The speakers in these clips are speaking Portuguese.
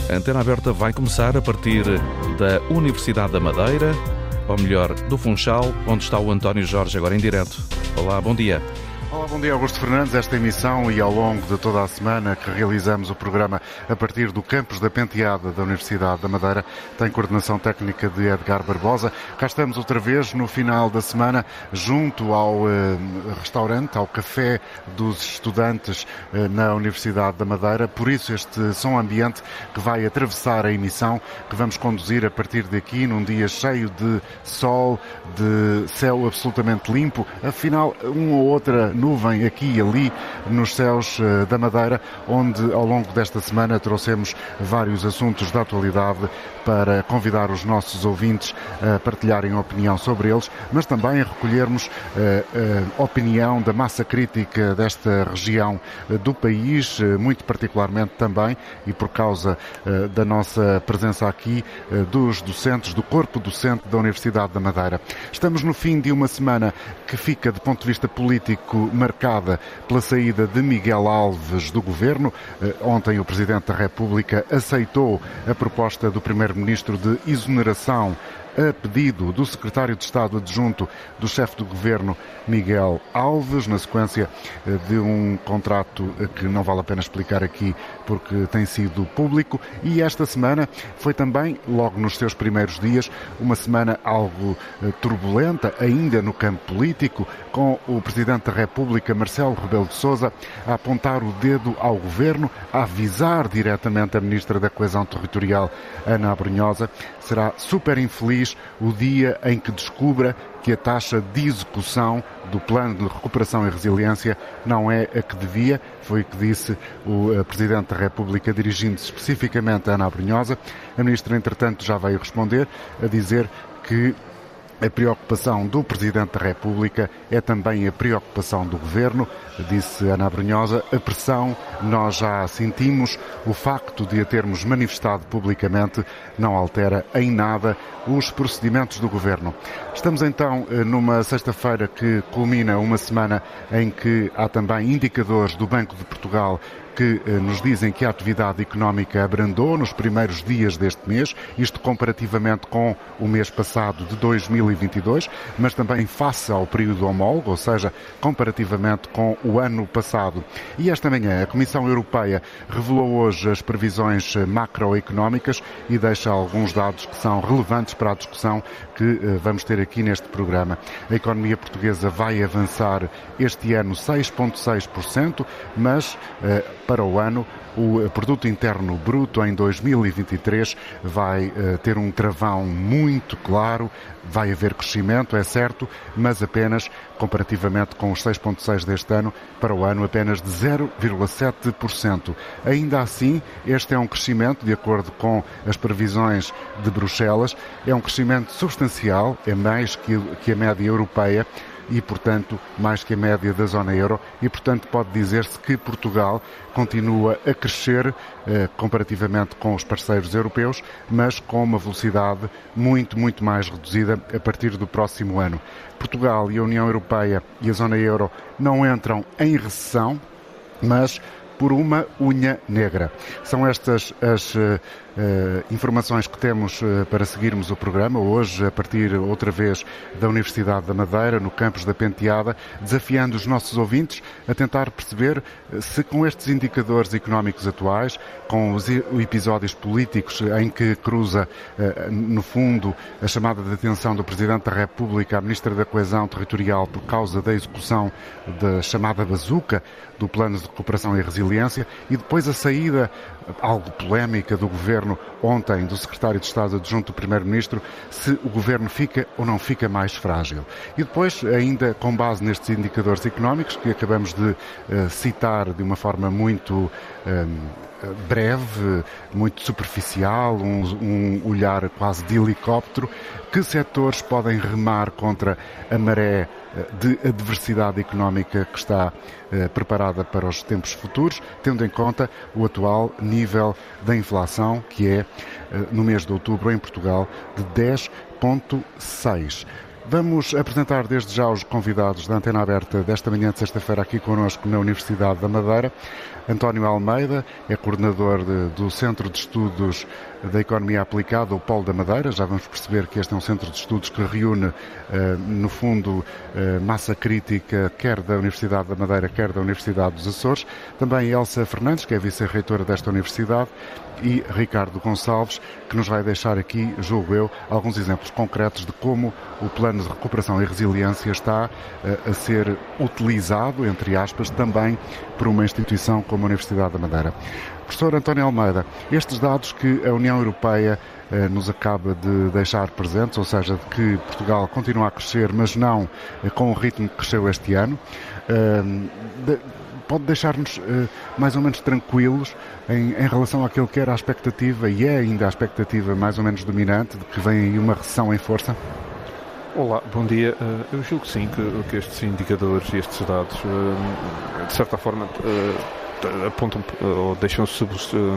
A Antena Aberta vai começar a partir da Universidade da Madeira, ou melhor, do Funchal, onde está o António Jorge, agora em direto. Olá, bom dia. Olá, bom dia, Augusto Fernandes. Esta emissão e ao longo de toda a semana que realizamos o programa a partir do campus da Penteada da Universidade da Madeira tem coordenação técnica de Edgar Barbosa. Cá estamos outra vez no final da semana junto ao restaurante, ao café dos estudantes na Universidade da Madeira. Por isso este som ambiente que vai atravessar a emissão que vamos conduzir a partir daqui num dia cheio de sol, de céu absolutamente limpo. Afinal, uma ou outra nuvem aqui e ali nos céus da Madeira, onde ao longo desta semana trouxemos vários assuntos da atualidade para convidar os nossos ouvintes a partilharem opinião sobre eles, mas também a recolhermos a opinião da massa crítica desta região do país, muito particularmente também, e por causa da nossa presença aqui, dos docentes, do corpo docente da Universidade da Madeira. Estamos no fim de uma semana que fica, de ponto de vista político, marcada pela saída de Miguel Alves do Governo. Ontem o Presidente da República aceitou a proposta do Primeiro-Ministro de exoneração a pedido do Secretário de Estado Adjunto do chefe do Governo, Miguel Alves, na sequência de um contrato que não vale a pena explicar aqui porque tem sido público. E esta semana foi também, logo nos seus primeiros dias, uma semana algo turbulenta, ainda no campo político, com o Presidente da República, Marcelo Rebelo de Sousa, a apontar o dedo ao Governo, a avisar diretamente a Ministra da Coesão Territorial, Ana Abrunhosa. Será super infeliz o dia em que descubra que a taxa de execução do Plano de Recuperação e Resiliência não é a que devia. Foi o que disse o Presidente da República, dirigindo-se especificamente a Ana Abrunhosa. A Ministra, entretanto, já veio responder a dizer que a preocupação do Presidente da República é também a preocupação do Governo. Disse Ana Abrunhosa, a pressão nós já sentimos, o facto de a termos manifestado publicamente não altera em nada os procedimentos do Governo. Estamos então numa sexta-feira que culmina uma semana em que há também indicadores do Banco de Portugal que nos dizem que a atividade económica abrandou nos primeiros dias deste mês, isto comparativamente com o mês passado de 2022, mas também face ao período homólogo, ou seja, comparativamente com o ano passado. E esta manhã a Comissão Europeia revelou hoje as previsões macroeconómicas e deixa alguns dados que são relevantes para a discussão que vamos ter aqui neste programa. A economia portuguesa vai avançar este ano 6,6%, mas para o ano o Produto Interno Bruto em 2023 vai ter um travão muito claro, vai haver crescimento, é certo, mas apenas, comparativamente com os 6,6% deste ano, para o ano apenas de 0,7%. Ainda assim, este é um crescimento, de acordo com as previsões de Bruxelas, é um crescimento substancial, é mais que a média europeia, e, portanto, mais que a média da zona euro, e, portanto, pode dizer-se que Portugal continua a crescer comparativamente com os parceiros europeus, mas com uma velocidade muito, muito mais reduzida a partir do próximo ano. Portugal e a União Europeia e a zona euro não entram em recessão, mas por uma unha negra. São estas as informações que temos para seguirmos o programa, hoje a partir outra vez da Universidade da Madeira, no campus da Penteada, desafiando os nossos ouvintes a tentar perceber se com estes indicadores económicos atuais, com os episódios políticos em que cruza, no fundo, a chamada de atenção do Presidente da República à Ministra da Coesão Territorial por causa da execução da chamada bazuca do Plano de Recuperação e Resiliência, e depois a saída, algo polémica, do Governo ontem, do Secretário de Estado Adjunto do Primeiro-Ministro, se o Governo fica ou não fica mais frágil. E depois, ainda com base nestes indicadores económicos que acabamos de citar de uma forma muito breve, muito superficial, um olhar quase de helicóptero, que setores podem remar contra a maré de adversidade económica que está preparada para os tempos futuros, tendo em conta o atual nível da inflação, que é, no mês de outubro, em Portugal, de 10,6%. Vamos apresentar desde já os convidados da Antena Aberta desta manhã de sexta-feira aqui connosco na Universidade da Madeira. António Almeida é coordenador do Centro de Estudos da Economia Aplicada, o Polo da Madeira. Já vamos perceber que este é um centro de estudos que reúne, no fundo, massa crítica quer da Universidade da Madeira, quer da Universidade dos Açores. Também Elsa Fernandes, que é vice-reitora desta universidade, e Ricardo Gonçalves, que nos vai deixar aqui, julgo eu, alguns exemplos concretos de como o Plano de Recuperação e Resiliência está a ser utilizado, entre aspas, também por uma instituição como a Universidade da Madeira. Professor António Almeida, estes dados que a União Europeia nos acaba de deixar presentes, ou seja, de que Portugal continua a crescer, mas não com o ritmo que cresceu este ano, pode deixar-nos mais ou menos tranquilos em relação àquilo que era a expectativa, e é ainda a expectativa mais ou menos dominante, de que vem aí uma recessão em força? Olá, bom dia. Eu julgo sim que estes indicadores e estes dados, de certa forma, apontam ou deixam-se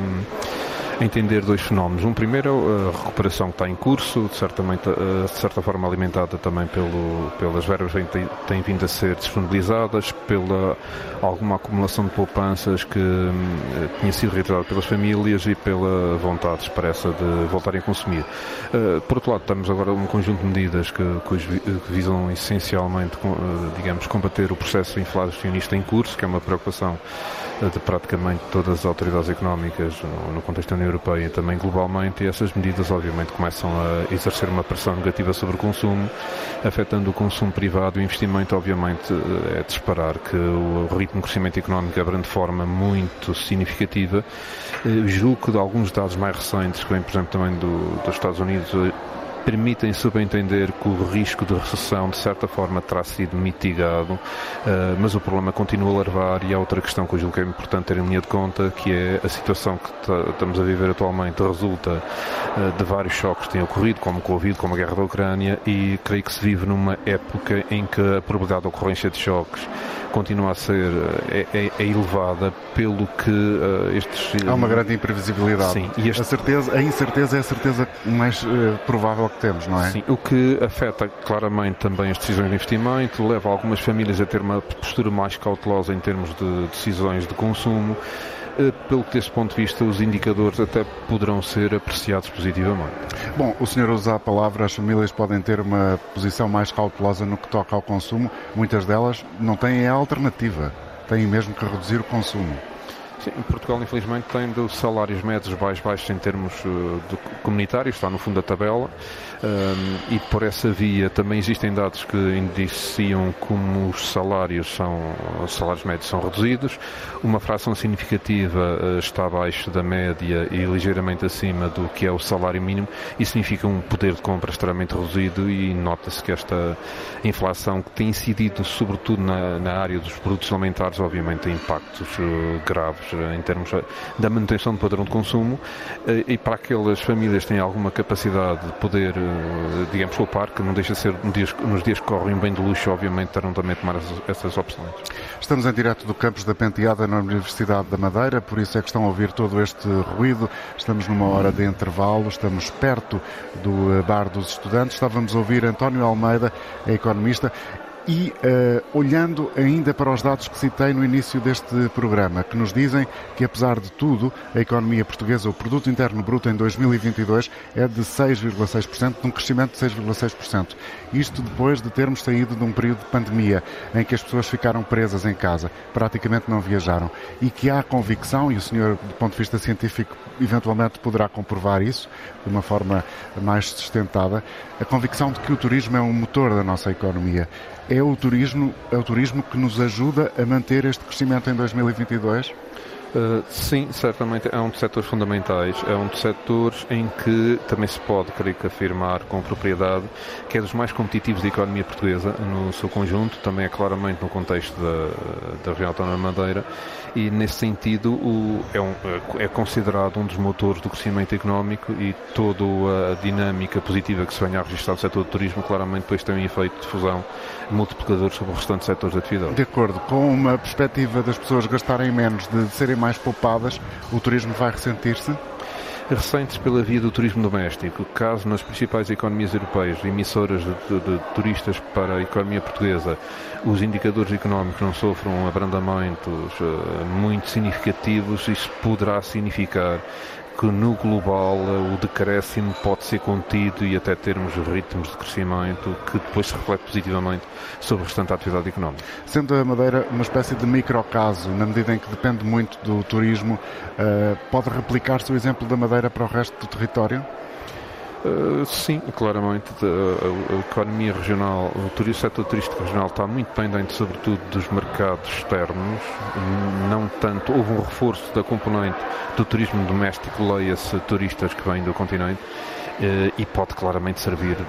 entender dois fenómenos. Um primeiro é a recuperação que está em curso, de certa forma alimentada também pelas verbas que têm vindo a ser disponibilizadas, pela alguma acumulação de poupanças que tinha sido realizada pelas famílias e pela vontade expressa de voltarem a consumir. Por outro lado, temos agora um conjunto de medidas que visam essencialmente, digamos, combater o processo inflacionista em curso, que é uma preocupação de praticamente todas as autoridades económicas no contexto da União Europeia e também globalmente, e essas medidas obviamente começam a exercer uma pressão negativa sobre o consumo, afetando o consumo privado. O investimento obviamente é de esperar que o ritmo de crescimento económico abra de forma muito significativa. Julgo que de alguns dados mais recentes, que vêm por exemplo também dos Estados Unidos, permitem subentender que o risco de recessão, de certa forma, terá sido mitigado, mas o problema continua a larvar. E há outra questão que eu julgo que é importante ter em linha de conta, que é a situação que estamos a viver atualmente resulta de vários choques que têm ocorrido, como o Covid, como a guerra da Ucrânia, e creio que se vive numa época em que a probabilidade de ocorrência de choques continua a ser elevada, pelo que estes... Há uma grande imprevisibilidade. Sim, a incerteza é a certeza mais provável que temos, não é? Sim, o que afeta claramente também as decisões de investimento, leva algumas famílias a ter uma postura mais cautelosa em termos de decisões de consumo. Pelo que, desse ponto de vista, os indicadores até poderão ser apreciados positivamente. Bom, o senhor usa a palavra, as famílias podem ter uma posição mais cautelosa no que toca ao consumo. Muitas delas não têm a alternativa, têm mesmo que reduzir o consumo. Sim, Portugal, infelizmente, tem dos salários médios baixos em termos comunitários, está no fundo da tabela, e por essa via também existem dados que indiciam como os salários médios são reduzidos. Uma fração significativa está abaixo da média e ligeiramente acima do que é o salário mínimo. Isso significa um poder de compra extremamente reduzido, e nota-se que esta inflação, que tem incidido sobretudo na área dos produtos alimentares, obviamente tem impactos graves em termos da manutenção do padrão de consumo, e para aquelas famílias que têm alguma capacidade de poder, digamos, poupar, que não deixa de ser nos dias que correm bem de luxo, obviamente terão também de tomar essas opções. Estamos em direto do campus da Penteada na Universidade da Madeira, por isso é que estão a ouvir todo este ruído. Estamos numa hora de intervalo, estamos perto do bar dos estudantes. Estávamos a ouvir António Almeida, é economista. E olhando ainda para os dados que citei no início deste programa, que nos dizem que, apesar de tudo, a economia portuguesa, o Produto Interno Bruto em 2022 é de 6,6%, de um crescimento de 6,6%. Isto depois de termos saído de um período de pandemia em que as pessoas ficaram presas em casa, praticamente não viajaram, e que há convicção, e o senhor, do ponto de vista científico, eventualmente poderá comprovar isso de uma forma mais sustentada, a convicção de que o turismo é um motor da nossa economia. É o turismo que nos ajuda a manter este crescimento em 2022? Sim, certamente é um dos setores fundamentais, é um dos setores em que também se pode, creio que, afirmar com propriedade que é dos mais competitivos da economia portuguesa no seu conjunto, também é claramente no contexto da região autónoma da Madeira, e nesse sentido é considerado um dos motores do crescimento económico, e toda a dinâmica positiva que se venha a registrar no setor do turismo claramente depois tem um efeito de fusão multiplicador sobre os restantes setores de atividade. De acordo, com uma perspectiva das pessoas gastarem menos, de serem mais poupadas, o turismo vai ressentir-se? recentes pela via do turismo doméstico. Caso nas principais economias europeias, emissoras de turistas para a economia portuguesa, os indicadores económicos não sofram abrandamentos muito significativos, isso poderá significar que no global o decréscimo pode ser contido e até termos ritmos de crescimento que depois se reflete positivamente sobre o restante da atividade económica. Sendo a Madeira uma espécie de microcaso, na medida em que depende muito do turismo, pode replicar-se o exemplo da Madeira para o resto do território? Sim, claramente. A economia regional, o setor turístico regional está muito pendente, sobretudo, dos mercados externos. Não tanto, houve um reforço da componente do turismo doméstico, leia-se turistas que vêm do continente, e pode claramente servir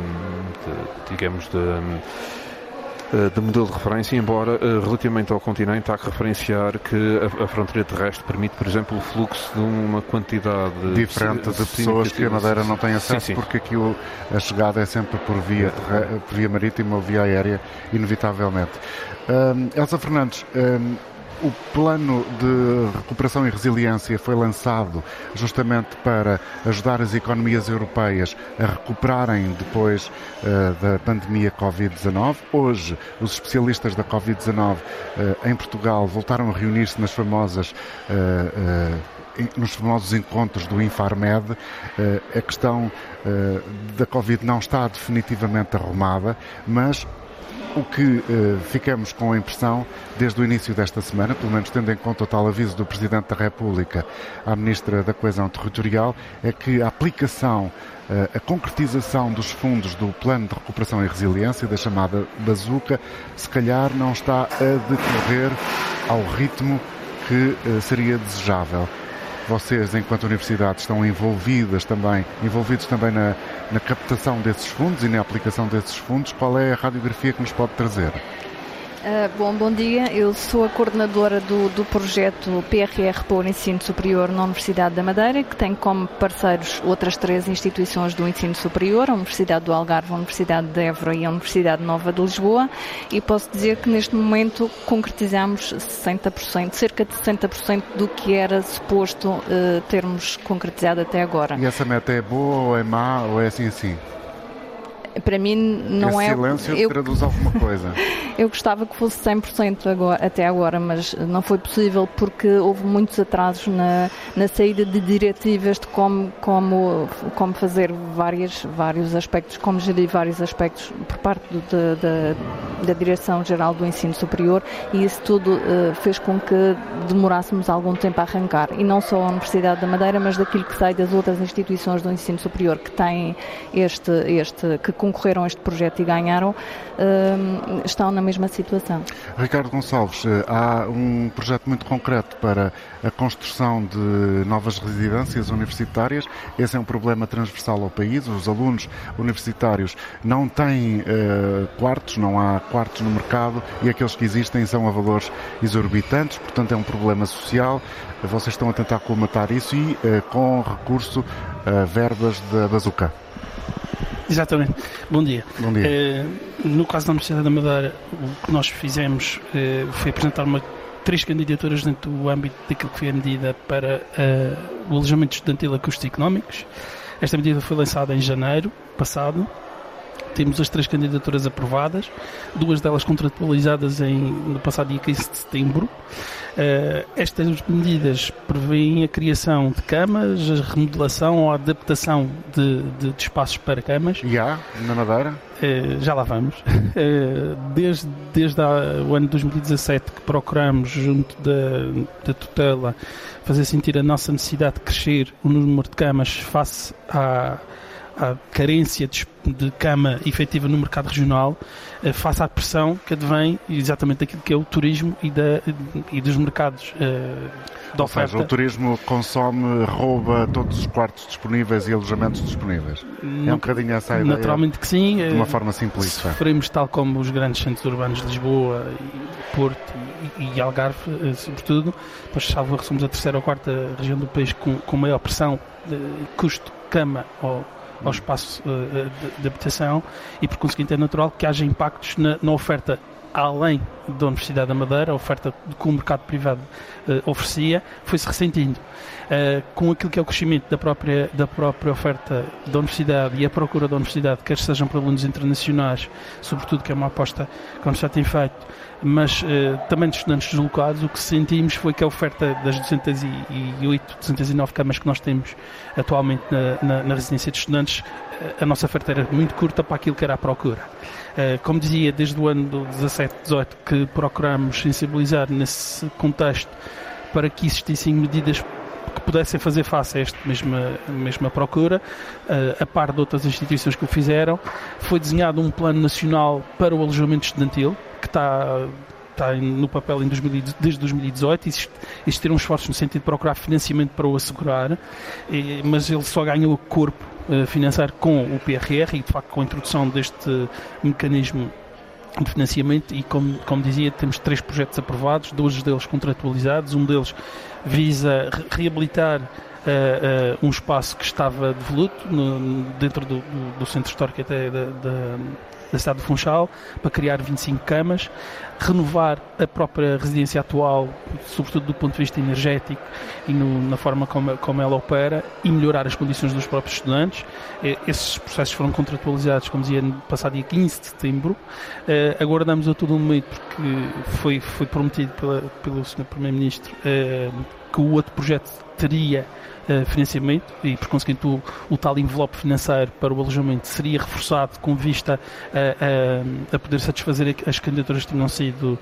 de modelo de referência, embora relativamente ao continente há que referenciar que a fronteira terrestre permite, por exemplo, o fluxo de uma quantidade diferente de pessoas que a Madeira não tem acesso, sim. Porque aqui a chegada é sempre por via marítima ou via aérea, inevitavelmente. Elsa Fernandes, o plano de recuperação e resiliência foi lançado justamente para ajudar as economias europeias a recuperarem depois da pandemia Covid-19. Hoje, os especialistas da Covid-19 em Portugal voltaram a reunir-se nos famosos encontros do Infarmed. A questão da Covid não está definitivamente arrumada, mas o que ficamos com a impressão desde o início desta semana, pelo menos tendo em conta o tal aviso do Presidente da República à Ministra da Coesão Territorial, é que a aplicação, a concretização dos fundos do Plano de Recuperação e Resiliência, da chamada Bazuca, se calhar não está a decorrer ao ritmo que seria desejável. Vocês, enquanto universidade, estão envolvidos também na captação desses fundos e na aplicação desses fundos. Qual é a radiografia que nos pode trazer? Bom dia. Eu sou a coordenadora do projeto PRR para o Ensino Superior na Universidade da Madeira, que tem como parceiros outras 3 instituições do ensino superior, a Universidade do Algarve, a Universidade de Évora e a Universidade Nova de Lisboa, e posso dizer que neste momento concretizamos 60%, cerca de 60% do que era suposto termos concretizado até agora. E essa meta é boa ou é má ou é assim? Para mim não esse silêncio traduz alguma coisa. Eu gostava que fosse 100% até agora, mas não foi possível porque houve muitos atrasos na saída de diretivas de como fazer vários aspectos, como gerir vários aspectos por parte da Direção-Geral do Ensino Superior, e isso tudo fez com que demorássemos algum tempo a arrancar. E não só a Universidade da Madeira, mas daquilo que sai das outras instituições do ensino superior que têm que concorreram a este projeto e ganharam, estão na mesma situação. Ricardo Gonçalves, há um projeto muito concreto para a construção de novas residências universitárias. Esse é um problema transversal ao país. Os alunos universitários não têm quartos, não há quartos no mercado, e aqueles que existem são a valores exorbitantes, portanto é um problema social. Vocês estão a tentar colmatar isso e com recurso a verbas da Bazuca. Exatamente. Bom dia. Bom dia. No caso da Universidade da Madeira, o que nós fizemos foi apresentar 3 candidaturas dentro do âmbito daquilo que foi a medida para o alojamento estudantil acústico e económicos. Esta medida foi lançada em janeiro passado. Temos as 3 candidaturas aprovadas, 2 delas contratualizadas no passado dia 15 de setembro. Estas medidas prevêem a criação de camas, a remodelação ou a adaptação de espaços para camas. E há, na Madeira? Já lá vamos. Desde o ano de 2017 que procuramos, junto da tutela, fazer sentir a nossa necessidade de crescer o número de camas face à carência de cama efetiva no mercado regional, face à pressão que advém exatamente daquilo que é o turismo e dos mercados de oferta. Ou seja, o turismo rouba todos os quartos disponíveis e alojamentos disponíveis. É um bocadinho essa a ideia. Naturalmente que sim. De uma forma simplista. Sofremos tal como os grandes centros urbanos de Lisboa, Porto e Algarve, sobretudo. Depois, salvo erro, somos a 3ª ou 4ª região do país com maior pressão de custo de cama ao espaço de habitação, e por conseguinte é natural que haja impactos na oferta além da Universidade da Madeira, a oferta que o mercado privado oferecia, foi-se ressentindo. Com aquilo que é o crescimento da própria oferta da Universidade e a procura da Universidade, quer sejam para alunos internacionais, sobretudo, que é uma aposta que a Universidade tem feito, mas também de estudantes deslocados, o que sentimos foi que a oferta das 208, 209 camas que nós temos atualmente na residência de estudantes, a nossa oferta era muito curta para aquilo que era a procura. Como dizia, desde o ano 17-18 que procuramos sensibilizar nesse contexto para que existissem medidas que pudessem fazer face a esta mesma procura, a par de outras instituições que o fizeram. Foi desenhado um plano nacional para o alojamento estudantil, que está no papel desde 2018. Existiram esforços no sentido de procurar financiamento para o assegurar, mas ele só ganhou corpo financeiro com o PRR e, de facto, com a introdução deste mecanismo de financiamento. E, como dizia, temos 3 projetos aprovados, 2 deles contratualizados. Um deles visa reabilitar um espaço que estava devoluto dentro do centro histórico até da cidade do Funchal, para criar 25 camas, renovar a própria residência atual, sobretudo do ponto de vista energético e na forma como ela opera, e melhorar as condições dos próprios estudantes. Esses processos foram contratualizados, como dizia, no passado dia 15 de setembro. Aguardamos a todo momento, porque foi prometido pelo Sr. Primeiro-Ministro que o outro projeto teria financiamento e, por conseguinte, o tal envelope financeiro para o alojamento seria reforçado com vista a poder satisfazer as candidaturas que tinham sido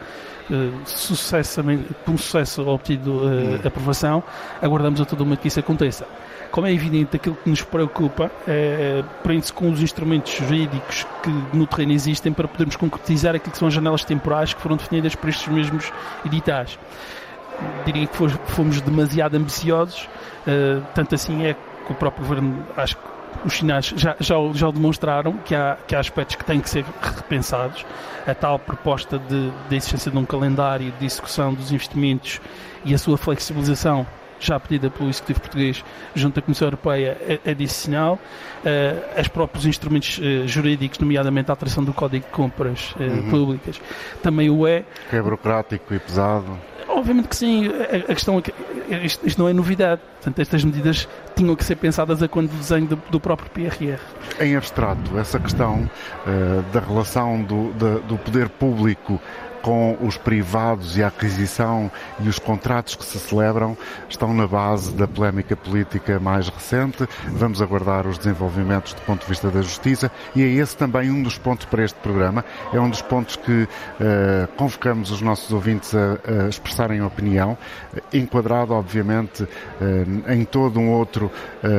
com sucesso obtido aprovação. Aguardamos a todo momento que isso aconteça. Como é evidente, aquilo que nos preocupa prende-se com os instrumentos jurídicos que no terreno existem para podermos concretizar aquilo que são as janelas temporais que foram definidas por estes mesmos editais. Diria que fomos demasiado ambiciosos, tanto assim é que o próprio Governo, acho que os sinais já o demonstraram, que há aspectos que têm que ser repensados. A tal proposta da existência de um calendário de execução dos investimentos e a sua flexibilização, já pedida pelo Executivo Português junto à Comissão Europeia, é desse sinal. Os próprios instrumentos jurídicos, nomeadamente a alteração do Código de Compras Públicas, também o é. Que é burocrático e pesado. Obviamente que sim. A questão é que isto não é novidade. Portanto, estas medidas tinham que ser pensadas a quando do desenho do próprio PRR. Em abstrato, essa questão da relação do poder público com os privados e a aquisição e os contratos que se celebram estão na base da polémica política mais recente. Vamos aguardar os desenvolvimentos do ponto de vista da justiça, e é esse também um dos pontos para este programa. É um dos pontos que convocamos os nossos ouvintes a expressarem opinião, enquadrado, obviamente, em todo um outro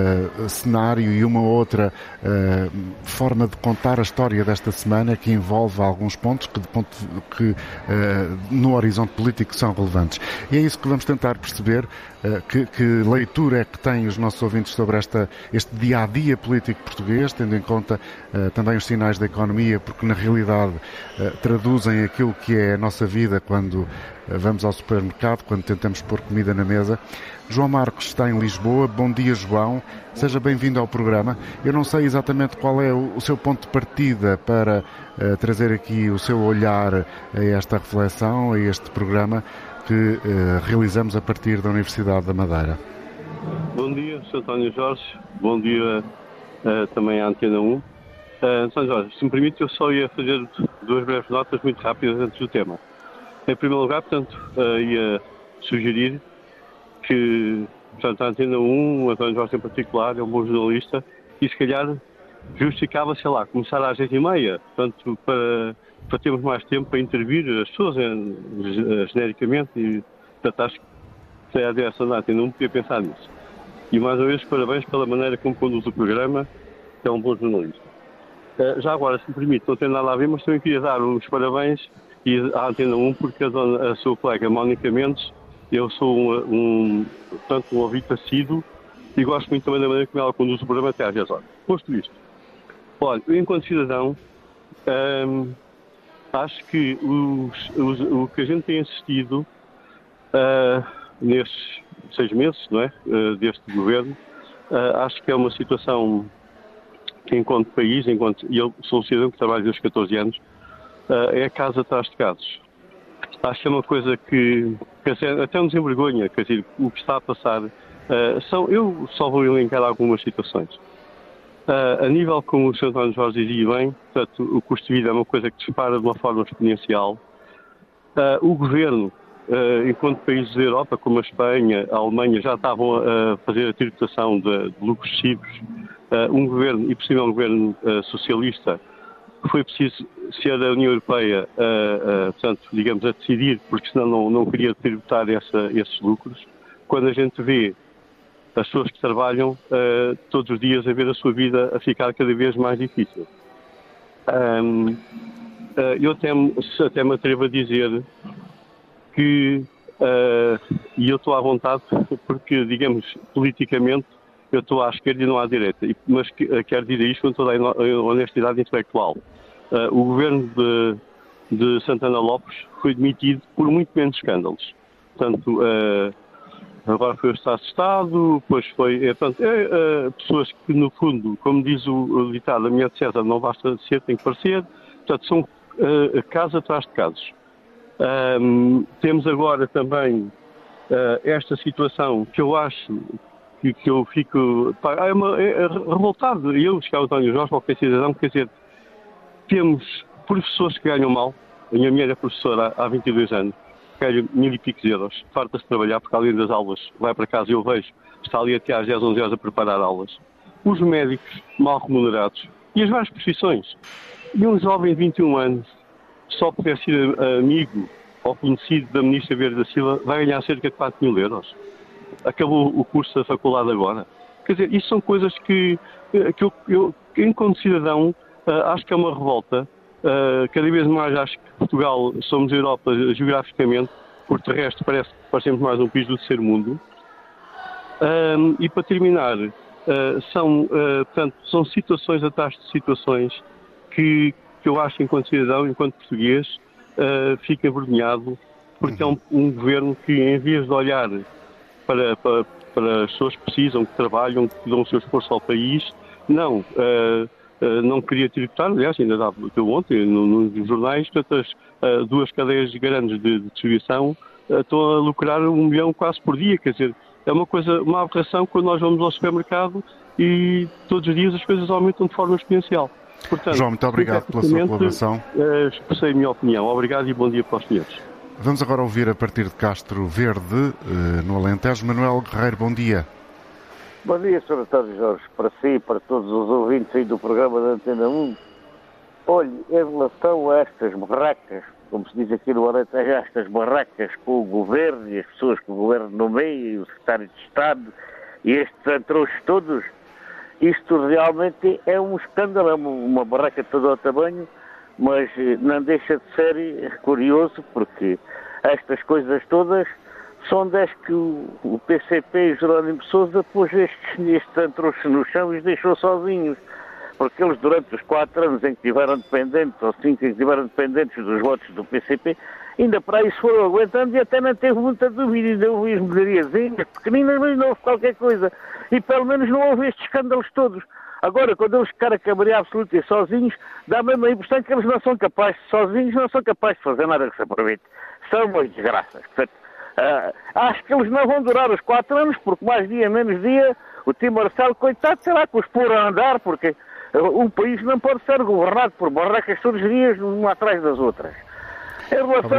cenário e uma outra forma de contar a história desta semana, que envolve alguns pontos que no horizonte político são relevantes. E é isso que vamos tentar perceber, que leitura é que têm os nossos ouvintes sobre este dia-a-dia político português, tendo em conta também os sinais da economia, porque na realidade traduzem aquilo que é a nossa vida quando vamos ao supermercado, quando tentamos pôr comida na mesa. João Marcos está em Lisboa. Bom dia, João. Seja bem-vindo ao programa. Eu não sei exatamente qual é o seu ponto de partida para trazer aqui o seu olhar a esta reflexão, a este programa que realizamos a partir da Universidade da Madeira. Bom dia, Sr. António Jorge. Bom dia também à Antena 1. Sr. Jorge, se me permite, eu só ia fazer 2 breves notas muito rápidas antes do tema. Em primeiro lugar, portanto, ia sugerir que, portanto, a Antena 1, o António Jorge em particular, é um bom jornalista e, se calhar, justificava, sei lá, começar às 8h30, portanto, para termos mais tempo para intervir as pessoas genericamente, e, portanto, acho que a direção da Antena 1 podia pensar nisso. E, mais uma vez, parabéns pela maneira como conduz o programa, que é um bom jornalista. Já agora, se me permite, não tem nada a ver, mas também queria dar os parabéns à Antena 1, porque a sua colega Mónica Mendes, eu sou portanto, um ouvinte assíduo e gosto muito também da maneira como ela conduz o programa até às 10 horas. Posto isto, olha, eu, enquanto cidadão, acho que o que a gente tem assistido nestes 6 meses, não é, deste governo, acho que é uma situação que, enquanto país, e eu sou um cidadão que trabalha desde os 14 anos, é a casa atrás de casos. Acho que é uma coisa que até nos envergonha, quer dizer, o que está a passar. Eu só vou elencar algumas situações. A nível, como o Sr. António Jorge dizia bem, portanto, o custo de vida é uma coisa que dispara de uma forma exponencial. O governo, enquanto países da Europa, como a Espanha, a Alemanha, já estavam a fazer a tributação de lucros excessivos. Um governo, e por cima um governo socialista, foi preciso ser a União Europeia, portanto, digamos, a decidir, porque senão não queria tributar esses lucros. Quando a gente vê as pessoas que trabalham todos os dias a ver a sua vida a ficar cada vez mais difícil. Eu até me atrevo a dizer que, e eu estou à vontade, porque, digamos, politicamente, eu estou à esquerda e não à direita, mas quero dizer isto com toda a honestidade intelectual. O governo de Santana Lopes foi demitido por muito menos escândalos. Portanto, agora foi o Estado de Estado, depois foi... pessoas que, no fundo, como diz o ditado, a mulher de César não basta ser, tem que parecer. Portanto, são casos atrás de casos. Temos agora também esta situação que eu acho que eu fico revoltado. Eu, que é o António Jorge, qualquer cidadão, quer dizer, temos professores que ganham mal. A minha mulher é professora há 22 anos. Ganha 1000 e picos euros, farta-se de trabalhar porque além das aulas vai para casa e eu vejo, está ali até às 10, 11 horas a preparar aulas. Os médicos mal remunerados e as várias profissões. E um jovem de 21 anos, só por ter sido amigo ou conhecido da ministra Vieira da Silva, vai ganhar cerca de 4.000 euros. Acabou o curso da faculdade agora. Quer dizer, isso são coisas que eu enquanto cidadão, acho que é uma revolta. Cada vez mais acho que Portugal somos a Europa geograficamente, por terrestre parecemos mais um país do terceiro mundo. E para terminar, são situações atrás de situações que eu acho, enquanto cidadão, enquanto português, fico envergonhado, porque é um governo que, em vez de olhar para as pessoas que precisam, que trabalham, que dão o seu esforço ao país, não queria tributar, aliás, ainda dava ontem nos jornais, portanto, as duas cadeias grandes de distribuição estão a lucrar 1 milhão quase por dia, quer dizer, é uma aberração quando nós vamos ao supermercado e todos os dias as coisas aumentam de forma exponencial. Portanto, João, muito obrigado pela sua colaboração. Expressei a minha opinião. Obrigado e bom dia para os senhores. Vamos agora ouvir a partir de Castro Verde, no Alentejo, Manuel Guerreiro. Bom dia. Bom dia, Sr. António Jorge, para si e para todos os ouvintes aí do programa da Antena 1. Olhe, em relação a estas barracas, como se diz aqui no Alentejo, estas barracas com o Governo e as pessoas que o Governo nomeia e o Secretário de Estado e estes antrouxos todos, isto realmente é um escândalo, é uma barraca de todo o tamanho, mas não deixa de ser curioso porque estas coisas todas são das que o PCP e Jerónimo de Sousa pôs estes antrouxos no chão e os deixou sozinhos. Porque eles, durante os 4 anos em que estiveram dependentes, ou 5 em que estiveram dependentes dos votos do PCP, ainda para isso foram aguentando e até não teve muita dúvida. Ainda houve as melhoriazinhas pequeninas, mas não houve qualquer coisa. E pelo menos não houve estes escândalos todos. Agora, quando eles ficaram a maioria absoluta e sozinhos, dá mesmo a impressão que eles não são capazes, sozinhos, não são capazes de fazer nada que se aproveite. São umas desgraças. Portanto, acho que eles não vão durar os 4 anos, porque mais dia, menos dia, o Tim Marcelo, coitado, sei lá, com os por a andar, porque um país não pode ser governado por barracas todos os dias, uma atrás das outras. Em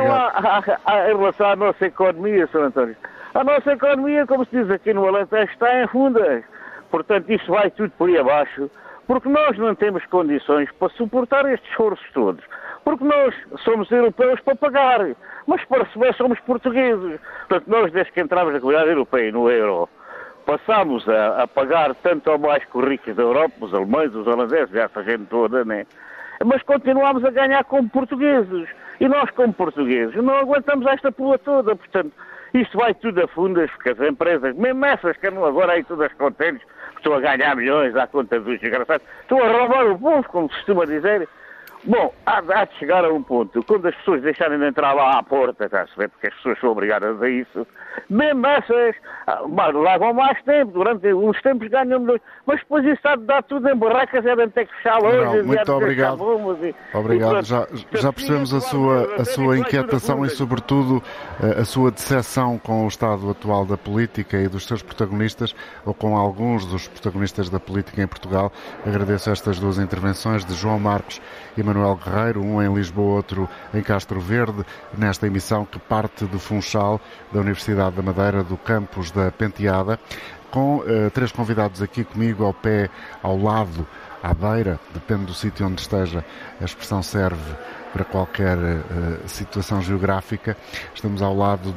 relação à nossa economia, Sr. António, a nossa economia, como se diz aqui no Alentejo, está em fundas. Portanto, isto vai tudo por aí abaixo, porque nós não temos condições para suportar estes esforços todos. Porque nós somos europeus para pagar, mas para receber somos portugueses. Portanto, nós, desde que entramos na Comunidade Europeia, no euro, passámos a pagar tanto ou mais que os ricos da Europa, os alemães, os holandeses, essa gente toda, né? Mas continuamos a ganhar como portugueses. E nós, como portugueses, não aguentamos esta pula toda. Portanto, isto vai tudo a fundas, porque as empresas, mesmo essas que andam agora aí todas contentes, estão a ganhar milhões à conta dos desgraçados, estão a roubar o povo, como se costuma dizer. Bom, há de chegar a um ponto, quando as pessoas deixarem de entrar lá à porta, está a saber, porque as pessoas são obrigadas a isso, Mesmo essas, levam mais tempo, durante uns tempos ganham, mas depois isso há de dar tudo em barracas, devem ter que fechar hoje. Muito obrigado. Obrigado. Já percebemos a sua inquietação e, sobretudo, a sua decepção com o estado atual da política e dos seus protagonistas, ou com alguns dos protagonistas da política em Portugal. Agradeço estas duas intervenções de João Marcos e Manuel Guerreiro, um em Lisboa, outro em Castro Verde, nesta emissão que parte do Funchal, da Universidade da Madeira, do campus da Penteada, com três convidados aqui comigo ao lado, à beira, depende do sítio onde esteja, a expressão serve para qualquer situação geográfica. Estamos ao lado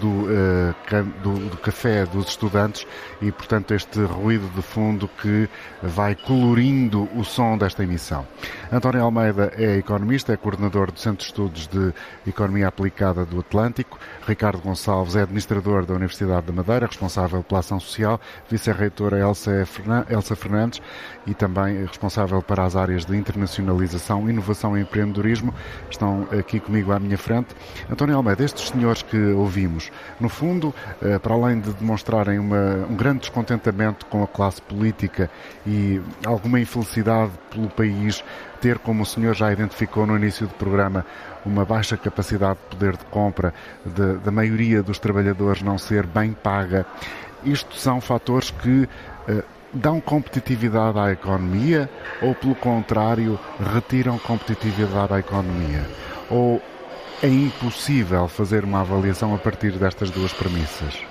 do café dos estudantes e, portanto, este ruído de fundo que vai colorindo o som desta emissão. António Almeida é economista, é coordenador do Centro de Estudos de Economia Aplicada do Atlântico. Ricardo Gonçalves é administrador da Universidade da Madeira, responsável pela ação social. Vice-reitora Elsa Fernandes e também responsável para as áreas de internacionalização, inovação e empreendedorismo. Estão aqui comigo à minha frente. António Almeida, estes senhores que ouvimos, no fundo, para além de demonstrarem um grande descontentamento com a classe política e alguma infelicidade pelo país ter, como o senhor já identificou no início do programa, uma baixa capacidade de poder de compra da maioria dos trabalhadores não ser bem paga, isto são fatores que dão competitividade à economia ou, pelo contrário, retiram competitividade à economia? Ou é impossível fazer uma avaliação a partir destas duas premissas?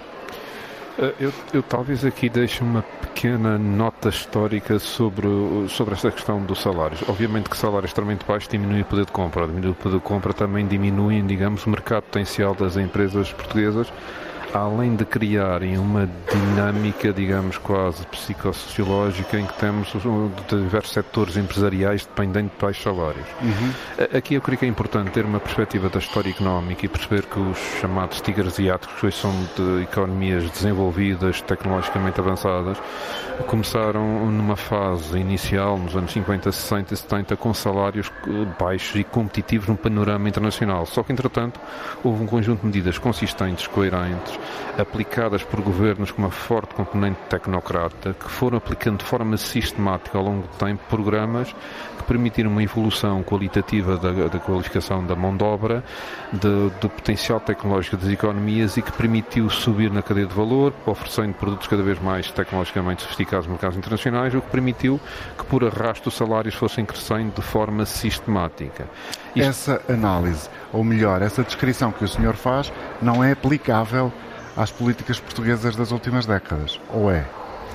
Eu talvez aqui deixe uma pequena nota histórica sobre esta questão dos salários. Obviamente que salário extremamente baixo diminui o poder de compra. Diminui o poder de compra também diminui, digamos, o mercado potencial das empresas portuguesas, além de criarem uma dinâmica, digamos, quase psicossociológica, em que temos diversos setores empresariais dependentes de baixos salários. Aqui eu creio que é importante ter uma perspectiva da história económica e perceber que os chamados tigres asiáticos, que hoje são de economias desenvolvidas, tecnologicamente avançadas, começaram numa fase inicial, nos anos 50, 60 e 70, com salários baixos e competitivos no panorama internacional. Só que, entretanto, houve um conjunto de medidas consistentes, coerentes, aplicadas por governos com uma forte componente tecnocrata, que foram aplicando de forma sistemática ao longo do tempo programas que permitiram uma evolução qualitativa da qualificação da mão de obra, do potencial tecnológico das economias e que permitiu subir na cadeia de valor, oferecendo produtos cada vez mais tecnologicamente sofisticados nos mercados internacionais, o que permitiu que por arrasto os salários fossem crescendo de forma sistemática. Essa análise, ou melhor, essa descrição que o senhor faz, não é aplicável às políticas portuguesas das últimas décadas, ou é?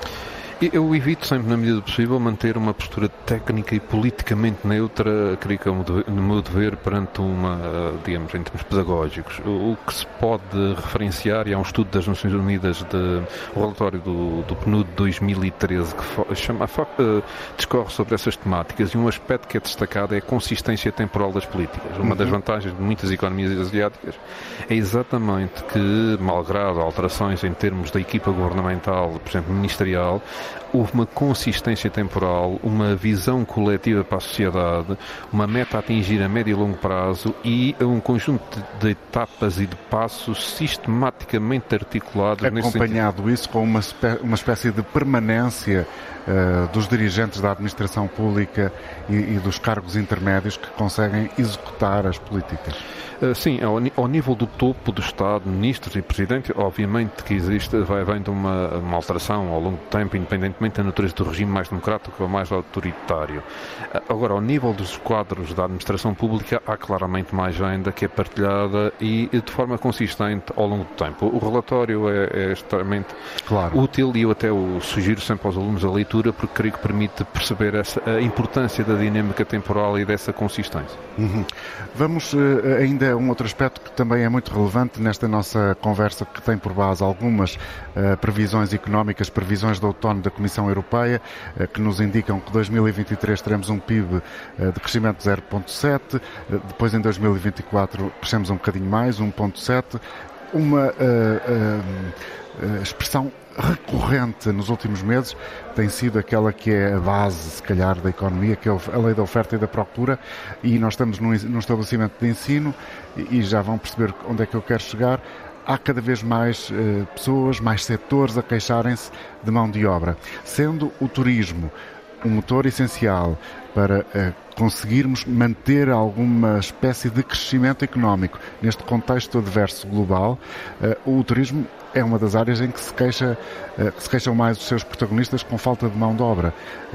Eu evito sempre, na medida do possível, manter uma postura técnica e politicamente neutra, creio que é o meu dever perante digamos, em termos pedagógicos. O que se pode referenciar, e há um estudo das Nações Unidas, o relatório do PNUD de 2013, que discorre sobre essas temáticas, e um aspecto que é destacado é a consistência temporal das políticas. Uma das vantagens de muitas economias asiáticas é exatamente que, malgrado alterações em termos da equipa governamental, por exemplo, ministerial, houve uma consistência temporal, uma visão coletiva para a sociedade, uma meta a atingir a médio e longo prazo e um conjunto de etapas e de passos sistematicamente articulados. Acompanhado isso com uma espécie de permanência dos dirigentes da administração pública e dos cargos intermédios que conseguem executar as políticas. Sim, ao nível do topo do Estado, ministros e presidente, obviamente que existe, vai havendo uma alteração ao longo do tempo, independentemente da natureza do regime mais democrático ou mais autoritário. Agora, ao nível dos quadros da administração pública, há claramente mais agenda que é partilhada e de forma consistente ao longo do tempo. O relatório é extremamente útil e eu até o sugiro sempre aos alunos a leitura, porque creio que permite perceber a importância da dinâmica temporal e dessa consistência. Vamos ainda a um outro aspecto que também é muito relevante nesta nossa conversa, que tem por base algumas previsões económicas, previsões de outono da Comissão Europeia, que nos indicam que 2023 teremos um PIB de crescimento de 0,7, depois em 2024 crescemos um bocadinho mais, 1,7, uma expressão recorrente nos últimos meses tem sido aquela que é a base, se calhar, da economia, que é a lei da oferta e da procura, e nós estamos num estabelecimento de ensino e já vão perceber onde é que eu quero chegar. há cada vez mais pessoas, mais setores a queixarem-se de mão de obra. Sendo o turismo um motor essencial para conseguirmos manter alguma espécie de crescimento económico neste contexto adverso global, o turismo é uma das áreas em que se queixam mais os seus protagonistas com falta de mão de obra.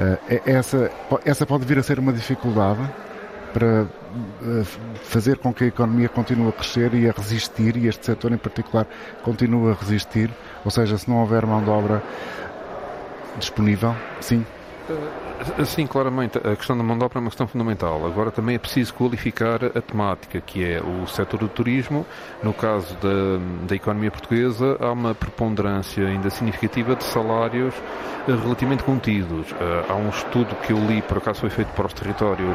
Essa pode vir a ser uma dificuldade para fazer com que a economia continue a crescer e a resistir, e este setor em particular continue a resistir, ou seja, se não houver mão de obra disponível, sim. Sim, claramente, a questão da mão de obra é uma questão fundamental. Agora também é preciso qualificar a temática, que é o setor do turismo. No caso da economia portuguesa, há uma preponderância ainda significativa de salários relativamente contidos. Há um estudo que eu li, por acaso foi feito para os territórios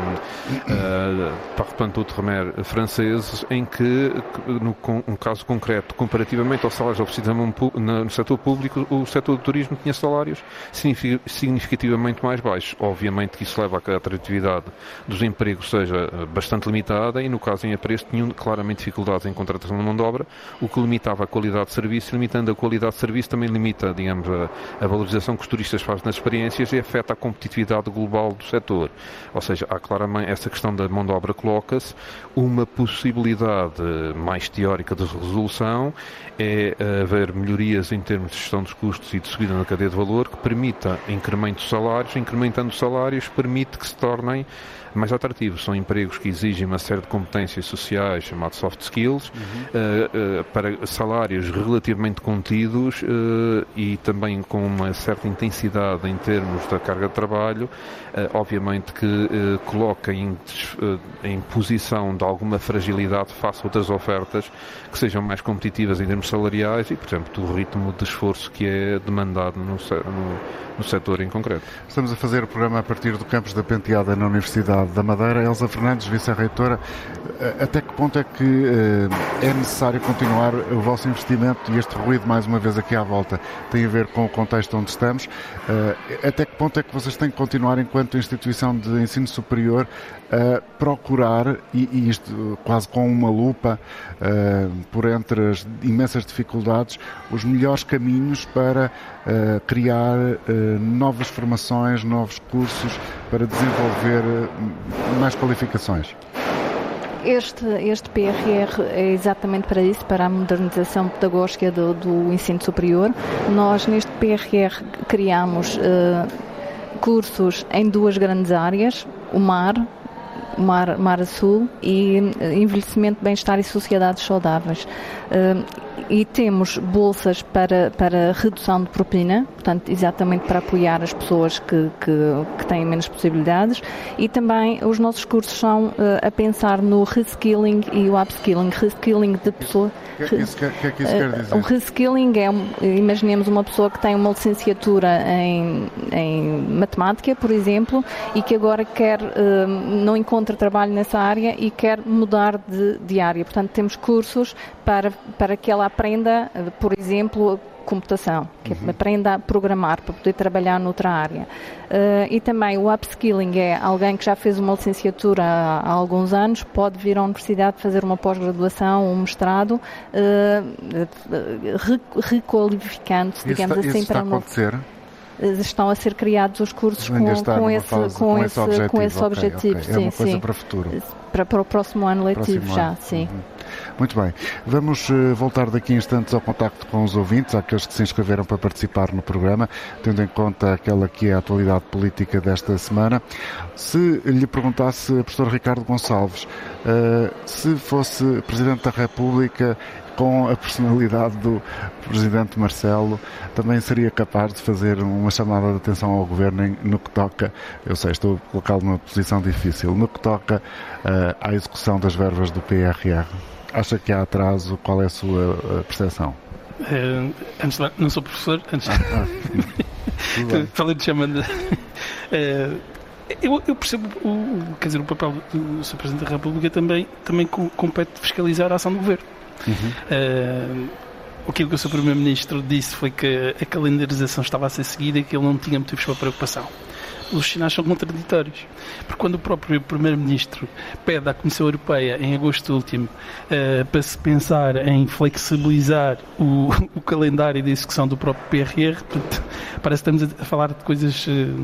Parlement d'Outre-mer franceses, em que, no caso concreto, comparativamente aos salários oferecidos no setor público, o setor do turismo tinha salários significativamente mais baixos. Obviamente que isso leva a que a atratividade dos empregos seja bastante limitada, e no caso em Apreço tinham claramente dificuldades em contratação de mão de obra, o que limitava a qualidade de serviço. Limitando a qualidade de serviço também limita, digamos, a valorização que os turistas fazem nas experiências e afeta a competitividade global do setor. Ou seja, há claramente essa questão da mão de obra, coloca-se. Uma possibilidade mais teórica de resolução é haver melhorias em termos de gestão dos custos e de subida na cadeia de valor, que permita incremento de salários. Incrementando os salários permite que se tornem mais atrativos. São empregos que exigem uma série de competências sociais, chamadas soft skills, para salários relativamente contidos e também com uma certa intensidade em termos da carga de trabalho, obviamente que coloca em posição de alguma fragilidade face a outras ofertas que sejam mais competitivas em termos salariais e, por exemplo, do ritmo de esforço que é demandado no setor em concreto. Estamos a fazer o programa a partir do campus da Penteada na Universidade da Madeira. Elsa Fernandes, vice-reitora, até que ponto é que é necessário continuar o vosso investimento, e este ruído, mais uma vez aqui à volta, tem a ver com o contexto onde estamos? Até que ponto é que vocês têm que continuar, enquanto instituição de ensino superior, a procurar, e isto quase com uma lupa, por entre as imensas dificuldades, os melhores caminhos para criar novas formações, novos cursos, para desenvolver mais qualificações? Este PRR é exatamente para isso, para a modernização pedagógica do ensino superior. Nós, neste PRR, criamos cursos em duas grandes áreas: o mar Sul, e envelhecimento, bem-estar e sociedades saudáveis. E temos bolsas para redução de propina, portanto, exatamente para apoiar as pessoas que têm menos possibilidades, e também os nossos cursos são a pensar no reskilling e o upskilling. Reskilling de pessoa. O que é que isso quer dizer? O reskilling imaginemos uma pessoa que tem uma licenciatura em matemática, por exemplo, e que agora não encontra trabalho nessa área e quer mudar de área. Portanto, temos cursos para que ela aprenda, por exemplo, computação, que aprenda a programar para poder trabalhar noutra área. E também o upskilling é alguém que já fez uma licenciatura há alguns anos, pode vir à universidade fazer uma pós-graduação, um mestrado, requalificando-se, digamos assim, isso para a acontecer? Estão a ser criados os cursos com esse objetivo. Okay. É uma coisa para o futuro. Para o próximo ano letivo já, sim. Muito bem. Vamos voltar daqui a instantes ao contacto com os ouvintes, àqueles que se inscreveram para participar no programa, tendo em conta aquela que é a atualidade política desta semana. Se lhe perguntasse, professor Ricardo Gonçalves, se fosse Presidente da República, com a personalidade do Presidente Marcelo, também seria capaz de fazer uma chamada de atenção ao Governo no que toca, eu sei, estou a colocá-lo numa posição difícil, no que toca à execução das verbas do PRR? Acha que há atraso? Qual é a sua percepção? Antes de lá, não sou professor, falei de chamada. Eu percebo o papel do Sr. Presidente da República também compete fiscalizar a ação do Governo. Aquilo que o Sr. Primeiro-Ministro disse foi que a calendarização estava a ser seguida e que ele não tinha motivos para preocupação. os sinais são contraditórios. Porque quando o próprio Primeiro-Ministro pede à Comissão Europeia, em agosto último, para se pensar em flexibilizar o calendário de execução do próprio PRR, parece que estamos a falar de coisas